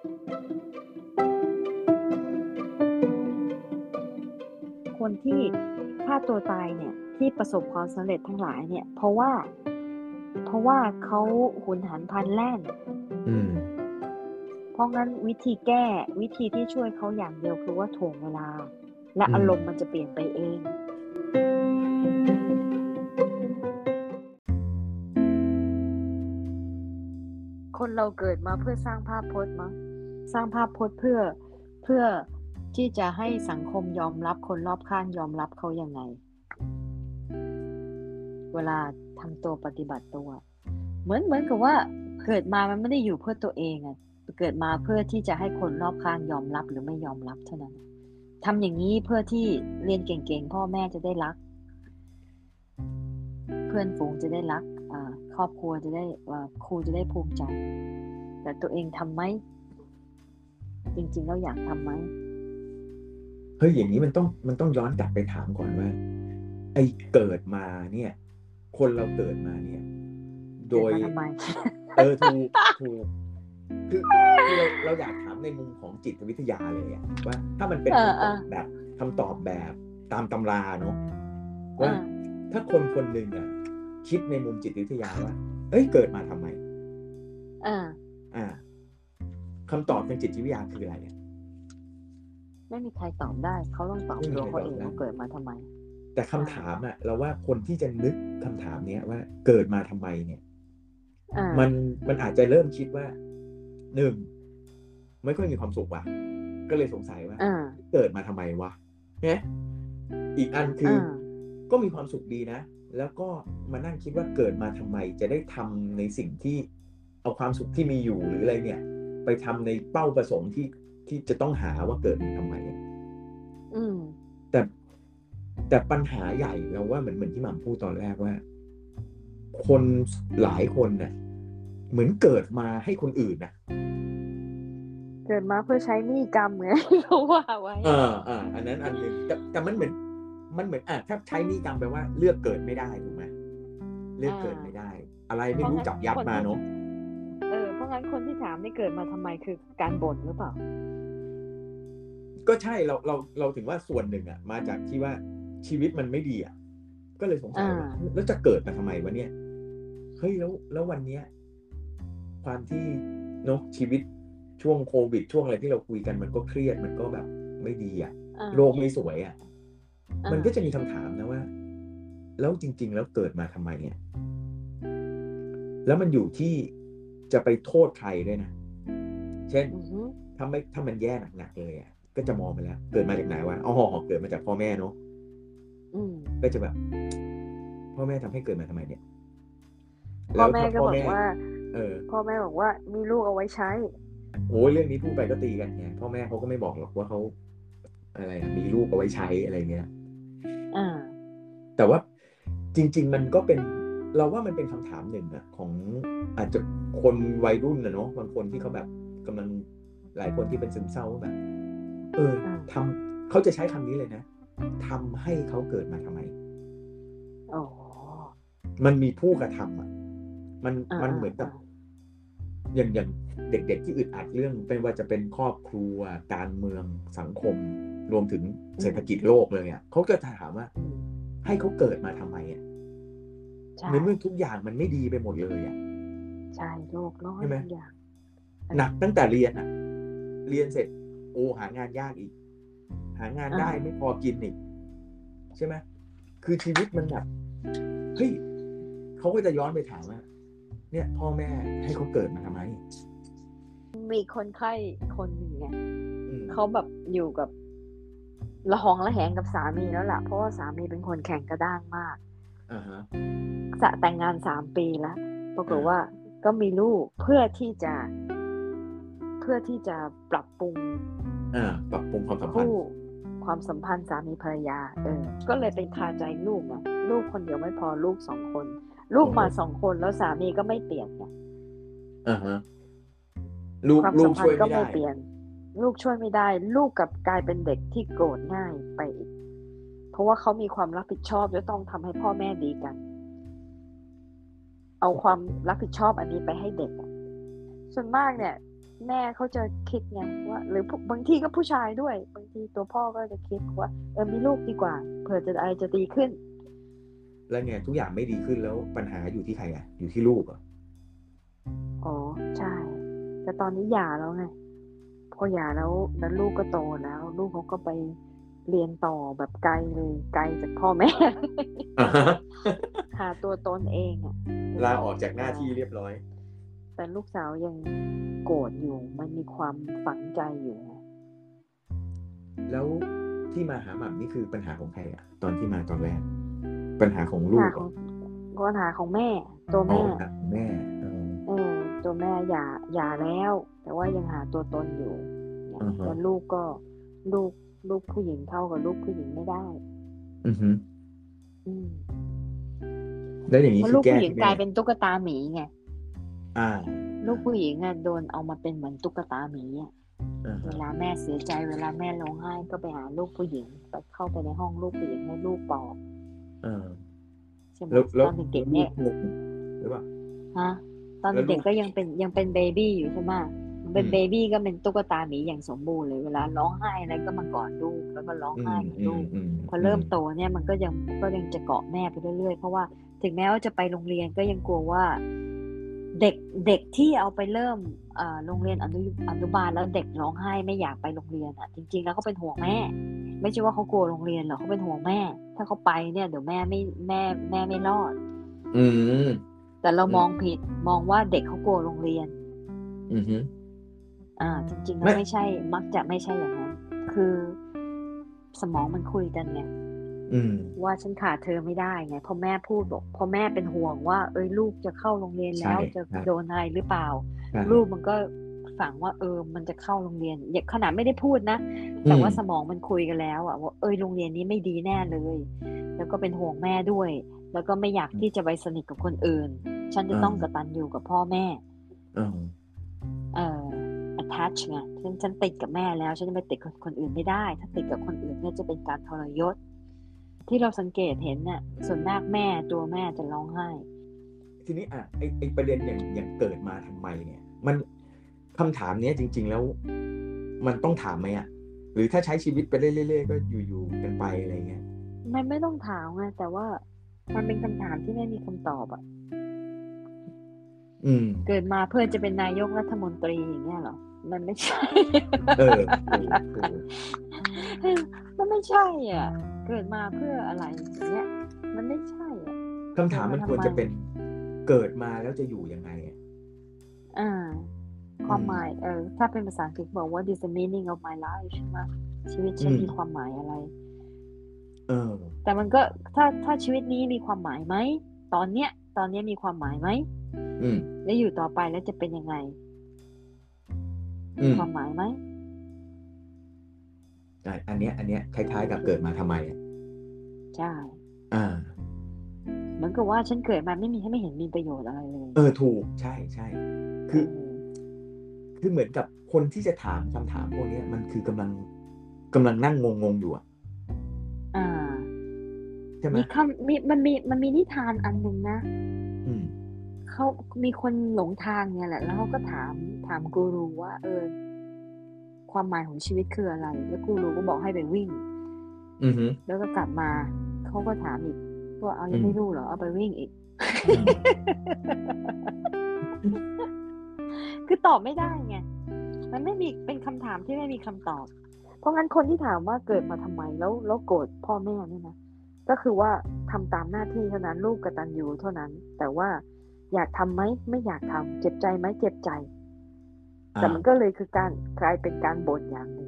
คนที่ฆ่าตัวตายเนี่ยที่ประสบความสำเร็จทั้งหลายเนี่ยเพราะว่าเขาหุนหันพลันแล่นอืมเพราะงั้นวิธีที่ช่วยเขาอย่างเดียวคือว่าถ่วงเวลาและอารมณ์มันจะเปลี่ยนไปเองคนเราเกิดมาเพื่อสร้างภาพพจน์มั้งสร้างภาพพจน์เพื่อที่จะให้สังคมยอมรับคนรอบข้างยอมรับเขายังไงเวลาทำตัวปฏิบัติตัวเหมือนกับว่าเกิดมามันไม่ได้อยู่เพื่อตัวเองอะเกิดมาเพื่อที่จะให้คนรอบข้างยอมรับหรือไม่ยอมรับเท่านั้นทำอย่างนี้เพื่อที่เรียนเก่งๆพ่อแม่จะได้รักเพื่อนฝูงจะได้รักครอบครัวจะได้ครูจะได้ภูมิใจแต่ตัวเองทำไหมจริงๆแล้วอยากทำไหมเฮ้ยอย่างนี้มันต้องย้อนกลับไปถามก่อนว่าไอ้เกิดมาเนี่ยคนเราเกิดมาเนี่ยโดยทำไมถูกคือเราอยากถามในมุมของจิตวิทยาเลยอะว่าถ้ามันเป็นคำตอบแบบตามตำราเนาะว่าถ้าคนหนึ่งอะคิดในมุมจิตวิทยาว่าเอ้ยเกิดมาทำไมคำตอบในจิตวิทยาคืออะไรไม่มีใครตอบได้เขาต้องตอบตัวเขาเองว่าเกิดมาทำไมแต่คำถามอะเราว่าคนที่จะนึกคำถามนี้ว่าเกิดมาทำไมเนี่ยมันอาจจะเริ่มคิดว่าหนึ่งไม่ค่อยมีความสุขว่ะก็เลยสงสัยว่าเกิดมาทำไมวะเนี่ยอีกอันคือก็มีความสุขดีนะแล้วก็มานั่งคิดว่าเกิดมาทำไมจะได้ทำในสิ่งที่เอาความสุขที่มีอยู่หรืออะไรเนี่ยไปทำในเป้าประสงค์ที่จะต้องหาว่าเกิดมาทำไมแต่ปัญหาใหญ่เราว่าเหมือนที่หม่ำพูดตอนแรกว่าคนหลายคนน่ะเหมือนเกิดมาให้คนอื่นน่ะเกิดมาเพื่อใช้หนี้กรรมไงเขาว่าไว้อันนั้นอันนึงแต่มันเหมือนถ้าใช้หนี้กรรมแปลว่าเลือกเกิดไม่ได้ถูกไหมเลือกเกิดไม่ได้อะไรไม่รู้จับยับมาเนาะเพราะงั้นคนที่ถามนี่เกิดมาทำไมคือการบ่นหรือเปล่าก็ใช่เราถึงว่าส่วนหนึ่งอ่ะมาจากที่ว่าชีวิตมันไม่ดีอ่ะก็เลยสงสัยว่าแล้วจะเกิดมาทำไมวะเนี่ยเฮ้ยแล้ววันเนี้ยความที่เนาะชีวิตช่วงโควิดช่วงอะไรที่เราคุยกันมันก็เครียดมันก็แบบไม่ดีอ่ะโลกไม่สวยอ่ะมันก็จะมีคำถามนะว่าแล้วจริงๆแล้วเกิดมาทำไมเนี่ยแล้วมันอยู่ที่จะไปโทษใครด้วยนะเช่นถ้ามันแย่หนักๆเลยอ่ะก็จะมองไปแล้วเกิดมาจากไหนวะเกิดมาจากพ่อแม่เนาะก็จะแบบพ่อแม่ทำให้เกิดมาทำไมเนี่ยพ่อแม่ก็บอกว่าพ่อแม่บอกว่ามีลูกเอาไว้ใช้โอ้ยเรื่องนี้พูดไปก็ตีกันไงพ่อแม่เขาก็ไม่บอกหรอกว่าเขาอะไรมีลูกเอาไว้ใช้อะไรเงี้ยแต่ว่าจริงๆมันก็เป็นเราว่ามันเป็นคำถามหนึ่งอะของอาจจะคนวัยรุ่นนะเนาะบางคนที่เขาแบบกำลังหลายคนที่เป็นซึมเศร้าแบบเขาจะใช้คำนี้เลยนะทำให้เขาเกิดมาทำไมมันมีผู้กระทำอ่ะมันเหมือนกับอย่างเด็กๆที่อึดอัดเรื่องไม่ว่าจะเป็นครอบครัวการเมืองสังคมรวมถึงเศรษฐกิจโลกเลยอ่ะเขาจะถามว่าให้เขาเกิดมาทำไมอ่ะในเมื่อทุกอย่างมันไม่ดีไปหมดเลยอ่ะใช่โลกร้อนทุกอย่างหนักตั้งแต่เรียนอ่ะเรียนเสร็จหางานยากอีกหางานได้ไม่พอกินอีกใช่ไหมคือชีวิตมันแบบเฮ้ยเขาก็จะย้อนไปถามว่าเนี่ยพ่อแม่ให้เขาเกิดมาทำไมมีคนไข้คนหนึ่งไงเขาแบบอยู่กับระหองระแหงกับสามีแล้วล่ะเพราะว่าสามีเป็นคนแข็งกระด้างมากแต่งงาน3 ปีแล้วปรากฏว่าก็มีลูกเพื่อที่จะปรับปรุงความสัมพันธ์สามีภรรยาก็เลยเป็นคาใจลูกนะลูกคนเดียวไม่พอลูก2 คนลูกมา2 คนแล้วสามีก็ไม่เปลี่ยนไงความสัมพันธ์ก็ไม่เปลี่ยนลูกช่วยไม่ได้ลูกกับกลายเป็นเด็กที่โกรธง่ายไปอีกเพราะว่าเขามีความรับผิดชอบจะต้องทำให้พ่อแม่ดีกันเอาความรับผิดชอบอันนี้ไปให้เด็กส่วนมากเนี่ยแม่เขาจะคิดไงว่าหรือบางทีก็ผู้ชายด้วยบางทีตัวพ่อก็จะคิดว่ามีลูกดีกว่าเผื่อจะอะไรจะดีขึ้นแล้วไงทุกอย่างไม่ดีขึ้นแล้วปัญหาอยู่ที่ใครอ่ะอยู่ที่ลูกอ่ะอ๋อใช่แต่ตอนนี้หย่าแล้วไงพอหย่าแล้วลูกก็โตแล้วลูกเขาก็ไปเรียนต่อแบบไกลเลยไกลจากพ่อแม่ หาตัวตนเองอ่ะลาออกจากหน้าที่เรียบร้อยแต่ลูกสาวยังโกรธอยู่มันมีความฝังใจอยู่แล้วที่มาหาหม่ำนี่คือปัญหาของใครอ่ะตอนที่มาตอนแรกปัญหาของลูกปัญหาของแม่ตัวแม่แม่ตัวแม่หย่าแล้วแต่ว่ายังหาตัวตนอยู่แล้วลูกก็ลูกผู้หญิงเท่ากับลูกผู้หญิงไม่ได้แล้วอย่างนี้คือลูกผู้หญิงกลายเป็นตุ๊กตาหมีไงลูกผู้หญิงอ่ะโดนเอามาเป็นเหมือนตุ๊กตาหมีอ่ะเวลาแม่เสียใจเวลาแม่ร้องไห้ก็ไปหาลูกผู้หญิงไปเข้าไปในห้องลูกผู้หญิงให้ลูกปลอบใช่ไหมตอนเด็กๆเนี่ยหรือเปล่าตอนเด็กก็ยังเป็นเบบี้อยู่ใช่ไหมเป็นเบบี้ก็เป็นตุ๊กตาหมีอย่างสมบูรณ์เลยเวลาร้องไห้อะไรก็มากอดลูกแล้วก็ร้องไห้กับลูกพอเริ่มโตเนี่ยมันก็ยังจะเกาะแม่ไปเรื่อยๆเพราะว่าถึงแม้ว่าจะไปโรงเรียนก็ยังกลัวว่าเด็กที่เอาไปเริ่มโรงเรียนอนุบาลแล้วเด็กร้องไห้ไม่อยากไปโรงเรียนอ่ะจริงๆแล้วเขาเป็นห่วงแม่ไม่ใช่ว่าเขากลัวโรงเรียนหรอกเขาเป็นห่วงแม่ถ้าเขาไปเนี่ยเดี๋ยวแม่ไม่รอดแต่เรามองผิดมองว่าเด็กเขากลัวโรงเรียนจริงๆแล้วไม่ใช่มักจะไม่ใช่อย่างนั้นคือสมองมันคุยกันไงว่าฉันขาดเธอไม่ได้ไงพอแม่พูดบอกพอแม่เป็นห่วงว่าลูกจะเข้าโรงเรียนแล้วจะโดนอะไรหรือเปล่าลูกมันก็ฝังว่ามันจะเข้าโรงเรียนอย่างขนาดไม่ได้พูดนะแต่ว่าสมองมันคุยกันแล้วอ่ะว่าโรงเรียนนี้ไม่ดีแน่เลยแล้วก็เป็นห่วงแม่ด้วยแล้วก็ไม่อยากที่จะไปสนิทกับคนอื่นฉันจะต้องกตัญญูกับพ่อแม่attach ไงฉันติดกับแม่แล้วฉันจะไปติดกับคนอื่นไม่ได้ถ้าติดกับคนอื่นเนี่ยจะเป็นการทรยศที่เราสังเกตเห็นน่ะส่วนมากตัวแม่จะร้องไห้ทีนี้ไอประเด็นอย่างเกิดมาทำไมเนี่ยมันคำถามนี้จริงๆแล้วมันต้องถามไหมหรือถ้าใช้ชีวิตไปเรื่อยๆก็อยู่ๆกันไปอะไรเงี้ยมันไม่ต้องถามไงแต่ว่ามันเป็นคำถามที่ไม่มีคำตอบเกิดมาเพื่อจะเป็นนายกรัฐมนตรีอย่างเงี้ยหรอมันไม่ใช่มันไม่ใช่เกิดมาเพื่ออะไรอย่างเงี้ยมันไม่ใช่คำถามมันควรจะเป็นเกิดมาแล้วจะอยู่ยังไงความหมายถ้าเป็นภาษาอังกฤษบอกว่า this is the meaning of my life ใช่ไหมชีวิตฉันมีความหมายอะไรแต่มันก็ถ้าชีวิตนี้มีความหมายไหมตอนเนี้ยมีความหมายไหมแล้วอยู่ต่อไปแล้วจะเป็นยังไงความหมายไหมอันเนี้ยคล้ายๆกับเกิดมาทำไมใช่เหมือนกับว่าฉันเกิดมาไม่เห็นมีประโยชน์อะไรเลยถูกใช่คือเหมือนกับคนที่จะถามคำถามพวกนี้มันคือกำลังนั่งงงอยู่ใช่ไหมมันมีนิทานอันนึงนะเขามีคนหลงทางเนี่ยแหละแล้วเขาก็ถามกูรูว่าความหมายของชีวิตคืออะไรแล้วกูรูก็บอกให้ไปวิ่งแล้วก็กลับมาเขาก็ถามอีกว่าเอายังไม่รู้เหรอเอาไปวิ่งอีก คือตอบไม่ได้ไงมันไม่มีเป็นคำถามที่ไม่มีคำตอบเพราะงั้นคนที่ถามว่าเกิดมาทำไมแล้วโกรธพ่อแม่เนี่ยนะก็คือว่าทำตามหน้าที่เท่านั้นลูกกตัญญูเท่านั้นแต่ว่าอยากทำไหมไม่อยากทำเจ็บใจไหมเจ็บใจแต่มันก็เลยคือการกลายเป็นการบ่นอย่างหนึ่ง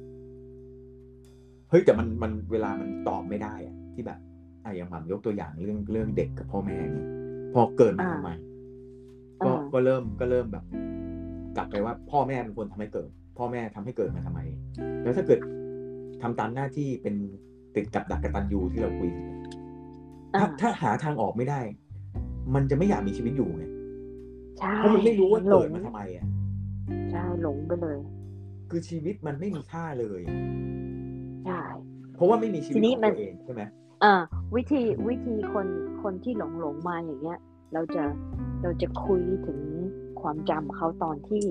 เฮ้ยแต่มันเวลามันตอบไม่ได้ที่แบบอย่างหม่ำยกตัวอย่างเรื่องเด็กกับพ่อแม่เนี่ยพอเกิดมาทำไมก็เริ่มแบบกลับไปว่าพ่อแม่เป็นคนทำให้เกิดพ่อแม่ทำให้เกิดมาทำไมแล้วถ้าเกิดทำตามหน้าที่เป็นติดกับดักกตัญญูที่เราคุยถ้าหาทางออกไม่ได้มันจะไม่อยากมีชีวิตอยู่ไงเพราะมันไม่รู้ว่าเกิดมาทำไมใช่หลงไปเลยคือชีวิตมันไม่มีค่าเลยใช่เพราะว่าไม่มีชีวิตของตัวเองใช่ไหมวิธีคนที่หลงมาอย่างเงี้ยเราจะคุยถึงความจำเขาตอนที่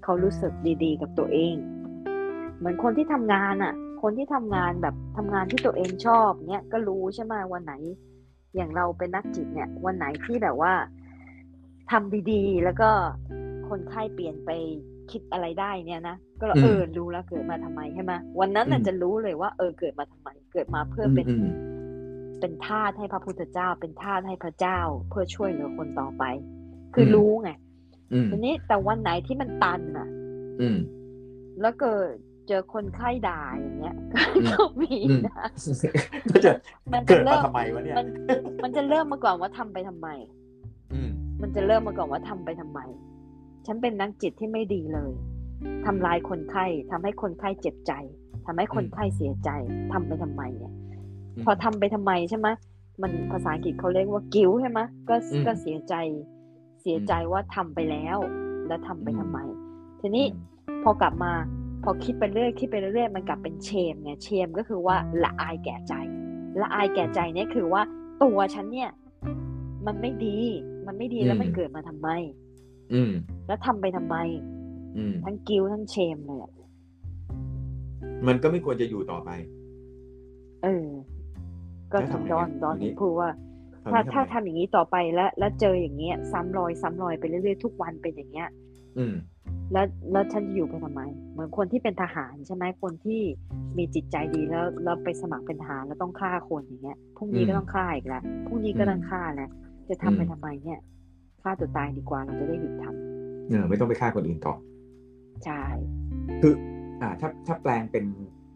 เขารู้สึกดีๆกับตัวเองเหมือนคนที่ทำงานอ่ะคนที่ทำงานแบบทำงานที่ตัวเองชอบเนี้ยก็รู้ใช่ไหมวันไหนอย่างเราเป็นนักจิตเนี่ยวันไหนที่แบบว่าทำดีๆแล้วก็คนไข้เปลี่ยนไปคิดอะไรได้เนี่ยนะก็รู้แล้วเกิดมาทำไมใช่ไหมวันนั้นน่ะจะรู้เลยว่าเกิดมาทำไมเกิดมาเพื่อเป็นทาสให้พระพุทธเจ้าเป็นทาสให้พระเจ้าเพื่อช่วยเหลือคนต่อไปคือรู้ไงทีนี้แต่วันไหนที่มันตันอ่ะแล้วเกิดเจอคนไข้ด่าอย่างเงี้ยก็มีนะก็จะเกิดมาทำไมวะเนี่ยมันจะเริ่มมาก่อนว่าทำไปทำไมมันจะเริ่มมาก่อนว่าทำไปทำไมฉันเป็นนักจิตที่ไม่ดีเลยทำลายคนไข้ทำให้คนไข้เจ็บใจทำให้คนไข้เสียใจทำไปทำไมเนี่ยพอทำไปทำไมใช่ไหมมันภาษาอังกฤษเขาเรียกว่ากิ้วใช่ไหมก็เสียใจว่าทำไปแล้วทำไปทำไมทีนี้พอกลับมาพอคิดไปเรื่อยมันกลับเป็นเชมไงเชมก็คือว่าละอายแก่ใจละอายแก่ใจเนี่ยคือว่าตัวฉันเนี่ยมันไม่ดีแล้วมันเกิดมาทำไมแล้วทำไปทำไมทั้งกิ้วทั้งเชมเลยมันก็ไม่ควรจะอยู่ต่อไปก็ถึงดอนพูดว่าถ้าทำอย่างนี้ต่อไปแล้วเจออย่างเงี้ยซ้ำรอยไปเรื่อยๆทุกวันเป็นอย่างเงี้ยแล้วฉันจะอยู่ไปทำไมเหมือนคนที่เป็นทหารใช่ไหมคนที่มีจิตใจดีแล้วไปสมัครเป็นทหารแล้วต้องฆ่าคนอย่างเงี้ยพรุ่งนี้ก็ต้องฆ่าอีกแล้วพรุ่งนี้ก็ต้องฆ่าแล้วจะทำไปทำไมเนี่ยฆ่าตัวตายดีกว่าเราจะได้หยุดทำไม่ต้องไปฆ่าคนอื่นต่อใช่คือถ้าแปลงเป็น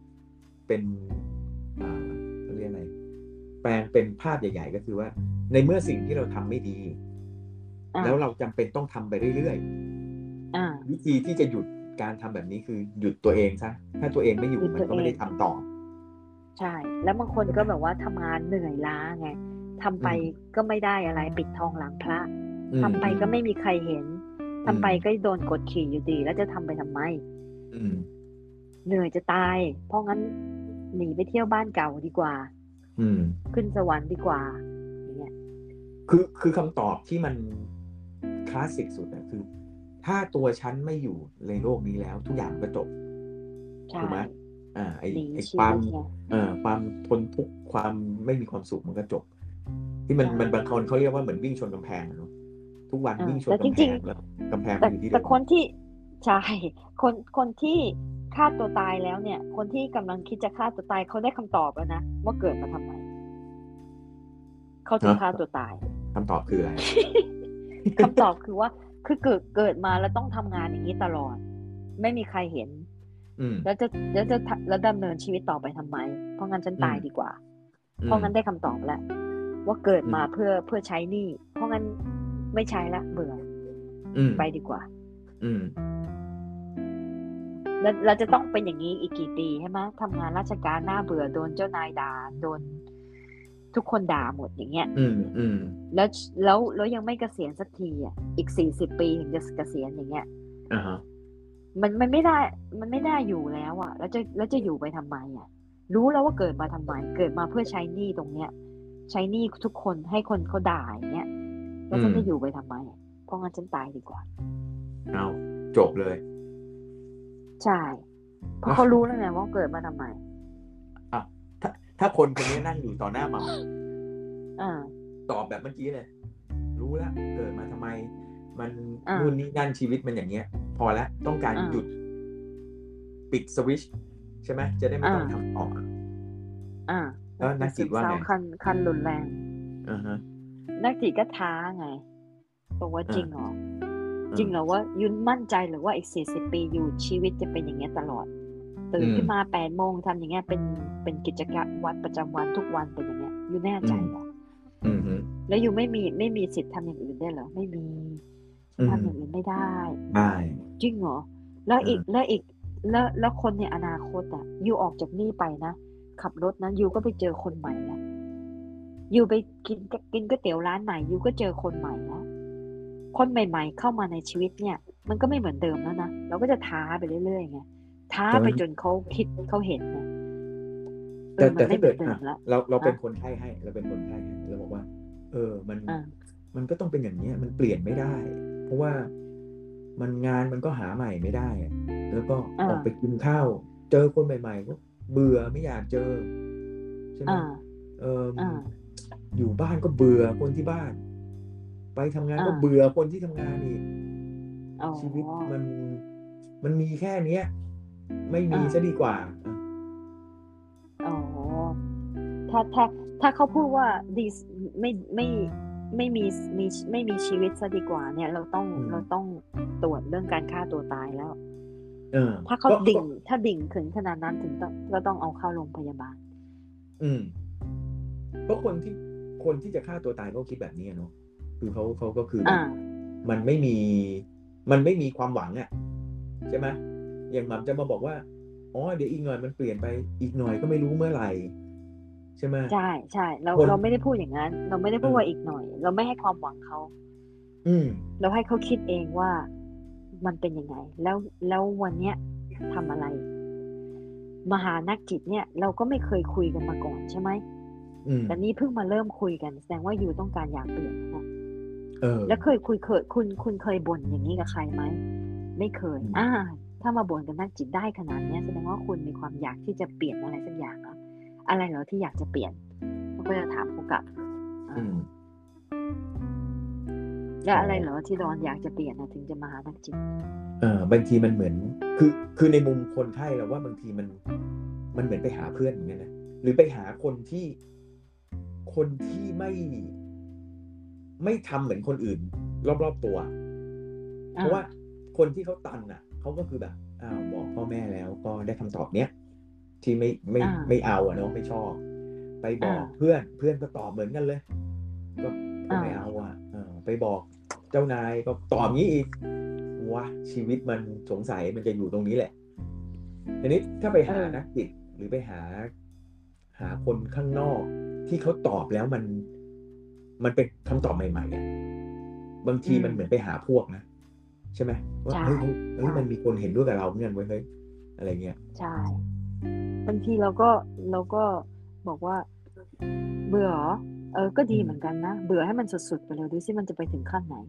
เรียกอะไรแปลงเป็นภาพใหญ่ๆก็คือว่าในเมื่อสิ่งที่เราทำไม่ดีแล้วเราจำเป็นต้องทำไปเรื่อยๆวิธีที่จะหยุดการทำแบบนี้คือหยุดตัวเองซะถ้าตัวเองไม่อยู่มันก็ไม่ได้ทำต่อใช่แล้วบางคนก็แบบว่าทำงานเหนื่อยล้าไงทำไปก็ไม่ได้อะไรปิดทองหลังพระทำไปก็ไม่มีใครเห็นทำไปก็โดนกดขี่อยู่ดีแล้วจะทำไปทำไมเหนื่อยจะตายเพราะงั้นหนีไปเที่ยวบ้านเก่าดีกว่าขึ้นสวรรค์ดีกว่าอย่างเงี้ยคือคำตอบที่มันคลาสสิกสุดนะคือถ้าตัวฉันไม่อยู่ในโลกนี้แล้วทุกอย่างก็จบถูกไหมไอ้ความทนทุกข์ความไม่มีความสุขมันก็จบที่มันบางคนเขาเรียกว่าเหมือนวิ่งชนกำแพงเนาะทุกวันวิ่งชนกำแพงแล้วกำแพงอยู่ที่เดิมแต่คนที่ใช่คนที่ฆ่าตัวตายแล้วเนี่ยคนที่กำลังคิดจะฆ่าตัวตายเขาได้คำตอบแล้วนะว่าเกิดมาทำไมเขาถึงฆ่าตัวตายคำตอบคืออะไรคำตอบคือว่าคือเกิดมาแล้วต้องทำงานอย่างนี้ตลอดไม่มีใครเห็นแล้วดำเนินชีวิตต่อไปทำไมเพราะงั้นฉันตายดีกว่าเพราะงั้นได้คำตอบแล้วว่าเกิดมาเพื่อใช้หนี้เพราะงั้นไม่ใช้ละเบื่อไปดีกว่าแล้วเราจะต้องเป็นอย่างนี้อีกกี่ปีใช่ไหมทำงานราชการหน้าเบื่อโดนเจ้านายด่าโดนทุกคนด่าหมดอย่างเงี้ยแล้วยังไม่เกษียณสักทีอ่ะอีก40 ปีถึงจะเกษียณอย่างเงี้ยมันไม่ได้อยู่แล้วอ่ะแล้วจะอยู่ไปทำไมอ่ะรู้แล้วว่าเกิดมาทำไมเกิดมาเพื่อใช้หนี้ตรงเนี้ยใช้หนี้ทุกคนให้คนเขาด่าอย่างเงี้ยแล้วฉันจะอยู่ไปทำไมเพราะงั้นฉันตายดีกว่าเอาจบเลยใช่เพราะเขารู้แล้วไงว่าเกิดมาทำไมถ้าคนนี้นั่งอยู่ต่อหน้าหม่ตอบแบบเมื่อกี้เลยรู้แล้วเกิดมาทำไมมันนู่นนี่นั่นชีวิตมันอย่างเงี้ยพอแล้วต้องการหยุดปิดสวิตช์ใช่ไหมจะได้ไม่ต้องทำต่อแล้วนักจิตว่าไงคันรุนแรงนักจิตก็ท้าไงบอกว่าจริงเหรอว่ายุนมั่นใจหรือว่าอีก40 ปีอยู่ชีวิตจะเป็นอย่างเงี้ยตลอดตื่นขึ้นมา8 โมงทำอย่างเงี้ยเป็นกิจกรรมวันประจำวันทุกวันเป็นอย่างเงี้ยอยู่แน่ใจเหรอแล้วอยู่ไม่มีสิทธิ์ทำอย่างอื่นได้เหรอไม่มีทำอย่างอื่นไม่ได้จริงเหรอแล้วคนในอนาคตอ่ะอยู่ออกจากนี่ไปนะขับรถนะอยู่ก็ไปเจอคนใหม่แล้วอยู่ไปกินก๋วยเตี๋ยวร้านใหม่อยู่ก็เจอคนใหม่แล้วคนใหม่ๆเข้ามาในชีวิตเนี่ยมันก็ไม่เหมือนเดิมแล้วนะเราก็จะท้าไปเรื่อยๆไงท้าไปจนเขาคิดเขาเห็นไงแต่ถ้าเกิดเราเป็นคนไข้ให้เราเป็นคนไข้ให้เราบอกว่ามันก็ต้องเป็นอย่างนี้มันเปลี่ยนไม่ได้เพราะว่ามันงานมันก็หาใหม่ไม่ได้แล้วก็ออกไปกินข้าวเจอคนใหม่ๆก็เบื่อไม่อยากเจอใช่ไหมอยู่บ้านก็เบื่อคนที่บ้านไปทำงานก็เบื่อคนที่ทำงานอีกชีวิตมันมีแค่เนี้ยไม่มีซะดีกว่าอ๋อถ้าเขาพูดว่าดีไม่มีชีวิตซะดีกว่าเนี่ยเราต้องตรวจเรื่องการฆ่าตัวตายแล้วถ้าเขาดิ่งถึงขนาดนั้นถึงก็ต้องเอาเข้าโรงพยาบาลเพราะคนที่จะฆ่าตัวตายก็คิดแบบนี้เนาะคือเขาก็คือมันไม่มีความหวังอ่ะใช่ไหมอย่างหม่ำจะมาบอกว่าอ๋อเดี๋ยวอีกหน่อยมันเปลี่ยนไปอีกหน่อยก็ไม่รู้เมื่อไหร่ใช่ไหมใช่เราไม่ได้พูดอย่างนั้นเราไม่ได้พูดว่าอีกหน่อยเราไม่ให้ความหวังเขาเราให้เขาคิดเองว่ามันเป็นยังไงแล้ววันเนี้ยทำอะไรมหานักจิตเนี่ยเราก็ไม่เคยคุยกันมาก่อนใช่ไหมแต่นี่เพิ่งมาเริ่มคุยกันแสดงว่าอยู่ต้องการอยากเปลี่ยนนะแล้วคุณเคยบ่นอย่างนี้กับใครไหมไม่เคยถ้ามาบ่นกับนักจิตได้ขนาดนี้แสดงว่าคุณมีความอยากที่จะเปลี่ยนอะไรสักอย่างอะไรเหรอที่อยากจะเปลี่ยนเขาก็จะถามเขากลับแล้วอะไรเหรอที่ดอนอยากจะเปลี่ยนถึงจะมาหานักจิตบางทีมันเหมือนคือในมุมคนไข้เราว่าบางทีมันเหมือนไปหาเพื่อนอย่างเงี้ยนะหรือไปหาคนที่ไม่ทำเหมือนคนอื่นรอบๆตัวเพราะว่าคนที่เขาตันอ่ะเขาก็คือแบบบอกพ่อแม่แล้วก็ได้คำตอบเนี้ยที่ไม่เอาเนาะไม่ชอบไปบอกเพื่อนก็ตอบเหมือนกันเลยก็ไม่เอาไปบอกเจ้านายก็ตอบงี้อีกวะชีวิตมันสงสัยมันจะอยู่ตรงนี้แหละทีนี้ถ้าไปหานักจิตหรือไปหาคนข้างนอกที่เขาตอบแล้วมันเป็นคำตอบใหม่ๆบางทีมันเหมือนไปหาพวกนะใช่ไหมว่าเฮ้ยมันมีคนเห็นด้วยกับเราเหมือนกันเว้ยเฮ้ยอะไรเงี้ยใช่บางทีเราก็บอกว่าเบื่อก็ดีเหมือนกันนะเบื่อให้มันสุดๆไปเลยดูสิมันจะไปถึงขั้นไหน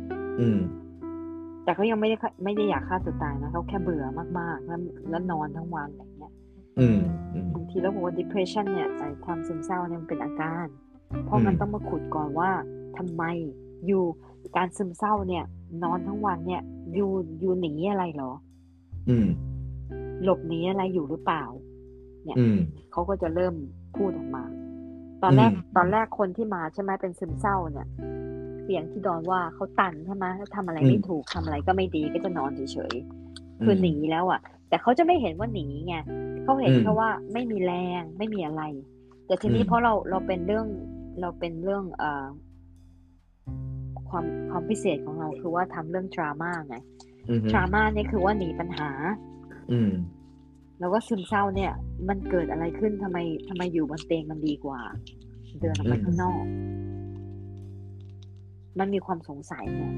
แต่เขายังไม่ได้อยากฆ่าตัวตายนะเขาแค่เบื่อมากๆแล้วนอนทั้งวันอะไรเงี้ยบางทีเราบอกว่า depression เนี่ยความซึมเศร้าเนี่ยมันเป็นอาการเพราะมันต้องมาขุดก่อนว่าทำไมอยู่การซึมเศร้าเนี่ยนอนทั้งวันเนี่ยอยู่หนีอะไรเหรอหลบหนีอะไรอยู่หรือเปล่าเนี่ยเขาก็จะเริ่มพูดออกมาตอนแรกคนที่มาใช่ไหมเป็นซึมเศร้าเนี่ยเสียงที่ดอนว่าเขาตันใช่ไหมทำอะไรไม่ถูกทำอะไรก็ไม่ดีก็จะนอนเฉยๆคือหนีแล้วอ่ะแต่เขาจะไม่เห็นว่าหนีไงเขาเห็นแค่ว่าไม่มีแรงไม่มีอะไรแต่ทีนี้เพราะเราเป็นเรื่องความพิเศษของเราคือว่าทำเรื่อง drama ไง drama เนี่ยคือว่าหนีปัญหาแล้วก็ซึมเศร้าเนี่ยมันเกิดอะไรขึ้นทำไมอยู่บนเตียงมันดีกว่าเดินออกไปข้างนอกมันมีความสงสัยเนี่ย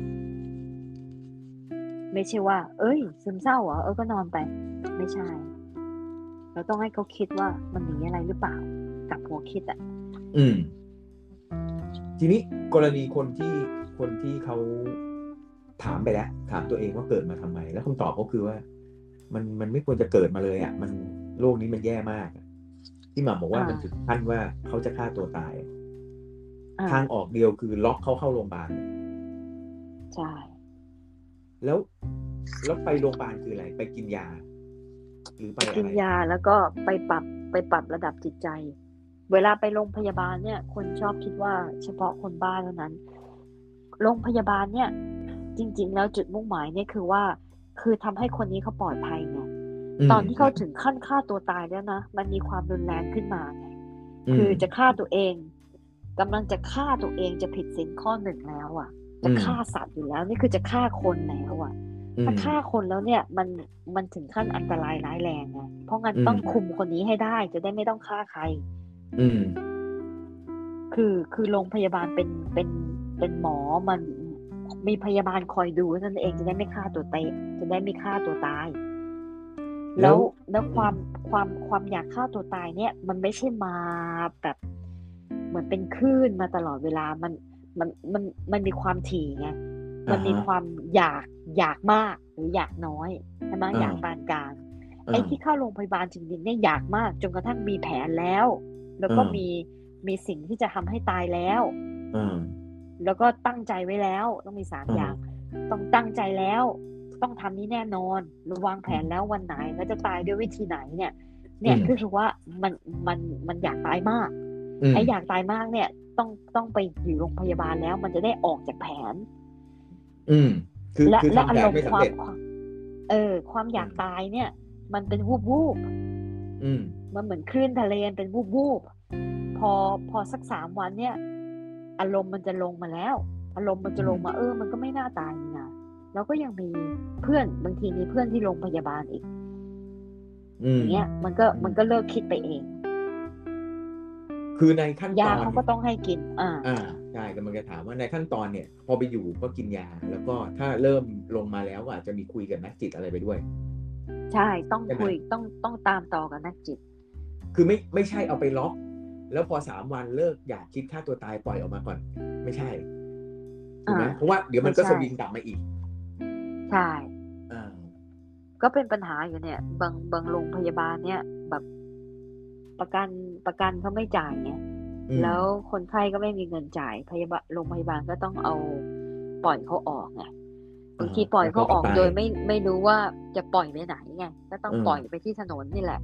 ไม่ใช่ว่าซึมเศร้าเหรอก็นอนไปไม่ใช่เราต้องให้เขาคิดว่ามันหนีอะไรหรือเปล่ากับหัวคิดทีนี้กรณีคนที่เขาถามไปแล้วถามตัวเองว่าเกิดมาทำไมแล้วคำตอบก็คือว่ามันไม่ควรจะเกิดมาเลยมันโลกนี้มันแย่มากที่หม่ำบอกว่ามันถึงขั้นว่าเขาจะฆ่าตัวตายทางออกเดียวคือล็อกเขาเข้าโรงพยาบาลใช่แล้วไปโรงพยาบาลคืออะไรไปกินยาหรือไปอะไรกินยาแล้วก็ไปปรับระดับจิตใจเวลาไปโรงพยาบาลเนี่ยคนชอบคิดว่าเฉพาะคนบ้าเท่านั้นโรงพยาบาลเนี่ยจริงๆแล้วจุดมุ่งหมายเนี่ยคือทำให้คนนี้เขาปลอดภัยไงตอนที่เขาถึงขั้นฆ่าตัวตายแล้วนะมันมีความรุนแรงขึ้นมาไงคือจะฆ่าตัวเองกำลังจะฆ่าตัวเองจะผิดศีลข้อหนึ่งแล้วจะฆ่าสัตว์อยู่แล้วนี่คือจะฆ่าคนแล้วถ้าฆ่าคนแล้วเนี่ยมันถึงขั้นอันตรายร้ายแรงไงเพราะงั้นต้องคุมคนนี้ให้ได้จะได้ไม่ต้องฆ่าใครคือโรงพยาบาลเป็นหมอมันมีพยาบาลคอยดูนั่นเองจะได้ไม่ฆ่าตัวตายจะได้ไม่ฆ่าตัวตายแล้วความอยากฆ่าตัวตายเนี่ยมันไม่ใช่มาแบบเหมือนเป็นคลื่นมาตลอดเวลามันมีความถี่ไงมันมีความอยากมากหรืออยากน้อยใช่ไหมอยากปานกลางไอ้ที่เข้าโรงพยาบาลจริงๆเนี่ยอยากมากจนกระทั่งมีแผนแล้วก็มีสิ่งที่จะทำให้ตายแล้วแล้วก็ตั้งใจไว้แล้วต้องมี3 อย่างต้องตั้งใจแล้วต้องทำนี้แน่นอนวางแผนแล้ววันไหนแล้วจะตายด้วยวิธีไหนเนี่ยคือว่ามันอยากตายมากไอ้อยากตายมากเนี่ยต้องไปอยู่โรงพยาบาลแล้วมันจะได้ออกจากแผนและอารมณ์ความอยากตายเนี่ยมันเป็นวูบมันเหมือนคลื่นทะเลเป็นวูบพอสัก3 วันเนี่ยอารมณ์มันจะลงมาแล้วอารมณ์มันจะลงมามันก็ไม่น่าตายนี่นะแล้วก็ยังมีเพื่อนบางทีมีเพื่อนที่โรงพยาบาลอีกอย่างเงี้ยมันก็เลิกคิดไปเองคือในขั้นตอนยาเขาก็ต้องให้กินใช่กำลังจะถามว่าในขั้นตอนเนี่ยพอไปอยู่ก็กินยาแล้วก็ถ้าเริ่มลงมาแล้วอาจจะมีคุยกับนักจิตอะไรไปด้วยใช่ต้องคุยต้องตามต่อกับนักจิตคือไม่ใช่เอาไปล็อกแล้วพอ3 วันเลิกอยากคิดฆ่าตัวตายปล่อยออกมาก่อนไม่ใช่ถูกไหมเพราะว่าเดี๋ยวมันก็สวิงกลับมาอีกใช่ก็เป็นปัญหาอยู่เนี่ยบางโรงพยาบาลเนี่ยแบบประกันเขาไม่จ่ายไงแล้วคนไข้ก็ไม่มีเงินจ่ายโรงพยาบาลก็ต้องเอาปล่อยเขาออกไงบางทีปล่อยเขาออกโดยไม่รู้ว่าจะปล่อยไปไหนไงก็ต้องปล่อยไปที่ถนนนี่แหละ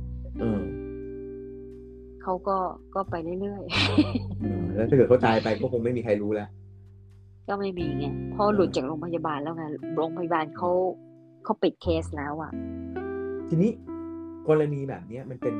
เขาก็ไปเรื่อยๆแล้วถ้าเกิดเขาตายไปก็คงไม่มีใครรู้แล้วก็ไม่มีไงพอหลุดจากโรงพยาบาลแล้วไงโรงพยาบาลเขาปิดเคสแล้วอ่ะทีนี้กรณีแบบนี้มันเป็น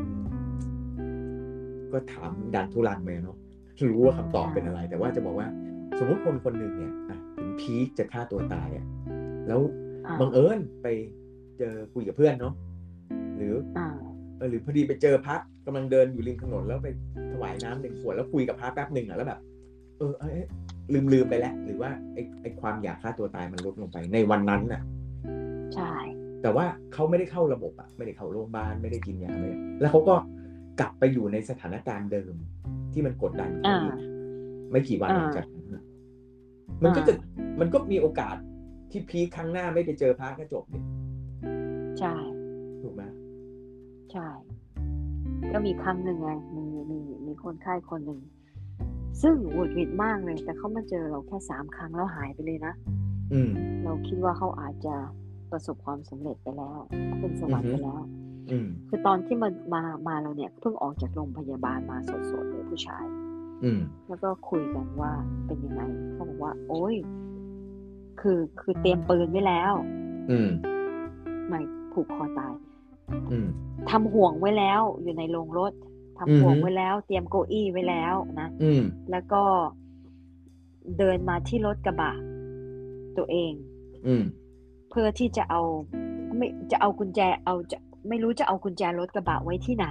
ก็ถามดันทุรังไปเนาะรู้ว่าคำตอบเป็นอะไรแต่ว่าจะบอกว่าสมมติคนหนึ่งเนี่ยถึงพีคจะฆ่าตัวตายแล้วบังเอิญไปเจอคุยกับเพื่อนเนาะหรือพอดีไปเจอพระกำลังเดินอยู่ริมถนนแล้วไปถวายน้ำ1 ขวดแล้วคุยกับพระแป๊บหนึ่งแล้วแบบลืมไปแล้วหรือว่าไอ้ความอยากฆ่าตัวตายมันลดลงไปในวันนั้นน่ะใช่แต่ว่าเขาไม่ได้เข้าระบบไม่ได้เข้าโรงพยาบาลไม่ได้กินยาเลยแล้วเขาก็กลับไปอยู่ในสถานการณ์เดิมที่มันกดดันเขาไม่กี่วันหลังจากนั้นมันก็มีโอกาสที่พีคครั้งหน้าไม่ไปเจอพระก็จบเนี่ยใช่ถูกไหมใช่ก็มีครั้งหนึ่งไงมีคนไข้คนหนึ่งซึ่งหงุดหงิดมากเลยแต่เขามาเจอเราแค่3 ครั้งแล้วหายไปเลยนะเราคิดว่าเขาอาจจะประสบความสำเร็จไปแล้วเป็นสวรรค์ไปแล้วคือตอนที่มาเราเนี่ยเพิ่งออกจากโรงพยาบาลมาสดๆเลยผู้ชายแล้วก็คุยกันว่าเป็นยังไงเขาบอกว่าโอ้ยคือเตรียมปืนไว้แล้วไม่ผูกคอตายทำห่วงไว้แล้วอยู่ในโรงรถทำห่วงไว้แล้วเตรียมเก้าอี้ไว้แล้วนะแล้วก็เดินมาที่รถกระบะตัวเองเพื่อที่จะเอากุญแจไม่รู้จะเอากุญแจรถกระบะไว้ที่ไหน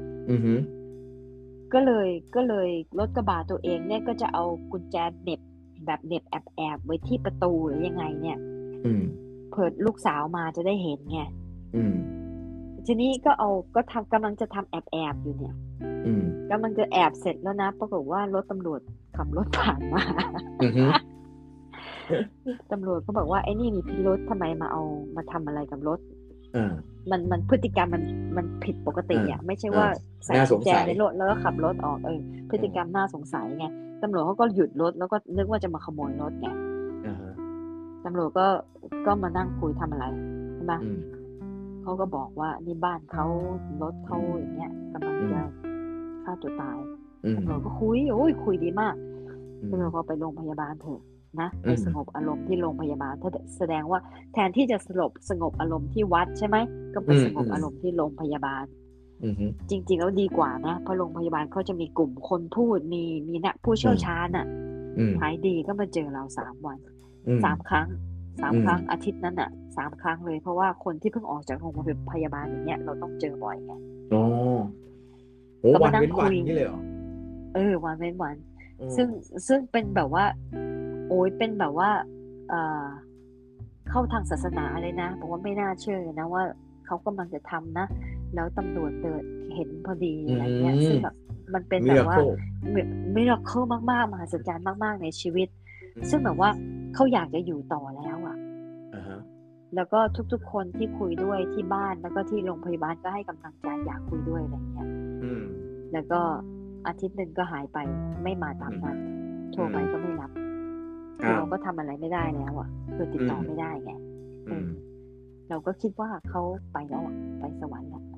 ก็เลยรถกระบะตัวเองเนี่ยก็จะเอากุญแจเหน็บแบบเหน็บแอบไว้ที่ประตูหรือยังไงเนี่ยเผื่อลูกสาวมาจะได้เห็นไงทีนี้ก็กำลังจะทำแอบอยู่เนี่ยกำลังจะแอบเสร็จแล้วนะปรากฏว่ารถตำรวจขับรถผ่านมาตำรวจก็บอกว่าไอ้นี่มีพิรุธทำไมมาทำอะไรกับรถมันพฤติกรรมมันผิดปกติอ่ะไม่ใช่ว่าใส่กุญแจในรถแล้วก็ขับรถออกพฤติกรรมน่าสงสัยไงตำรวจเขาก็หยุดรถแล้วก็นึกว่าจะมาขโมยรถไงตำรวจก็มานั่งคุยทำอะไรใช่ไหมเขาก็บอกว่านี่บ้านเขารถเขาอย่างเงี้ยกำลังจะฆ่าตัวตายตำรวจก็คุยดีมากตำรวจก็ไปโรงพยาบาลเถอะนะไปสงบอารมณ์ที่โรงพยาบาลถ้าแสดงว่าแทนที่จะสงบอารมณ์ที่วัดใช่ไหมก็ไปสงบอารมณ์ที่โรงพยาบาลจริงๆแล้วดีกว่านะเพราะโรงพยาบาลเขาจะมีกลุ่มคนพูดมีนักผู้เชี่ยวชาญหายดีก็มาเจอเรา3 วัน3 ครั้งอาทิตย์นั้น3 ครั้งเลยเพราะว่าคนที่เพิ่งออกจากโรงพยาบาลอย่างเงี้ยเราต้องเจอบ่อยไงก็มานั่งคุยนี่เลยเหรอวันเว้นวันซึ่งเป็นแบบว่าโอ้ยเป็นแบบว่าเข้าทางศาสนาเลยนะบอกว่าไม่น่าเชื่อนะว่าเขากำลังจะทำนะแล้วตำรวจเห็นพอดีอะไรเงี้ยซึ่งแบบมันเป็นแบบว่ามิราเคิลมากๆมหัศจรรย์มากๆในชีวิตซึ่งแบบว่าเขาอยากจะอยู่ต่อแล้วอ่ะแล้วก็ทุกๆคนที่คุยด้วยที่บ้านแล้วก็ที่โรงพยาบาลก็ให้กำลังใจอยากคุยด้วยอะไรเงี้ยแล้วก็อาทิตย์หนึ่งก็หายไปไม่มาตามนัดโทรไปก็ไม่รับเราก็ทำอะไรไม่ได้แล้วอ่ะคือติดต่อไม่ได้ไงเราก็คิดว่าเขาไปแล้วอ่ะไปสวรรค์แล้ว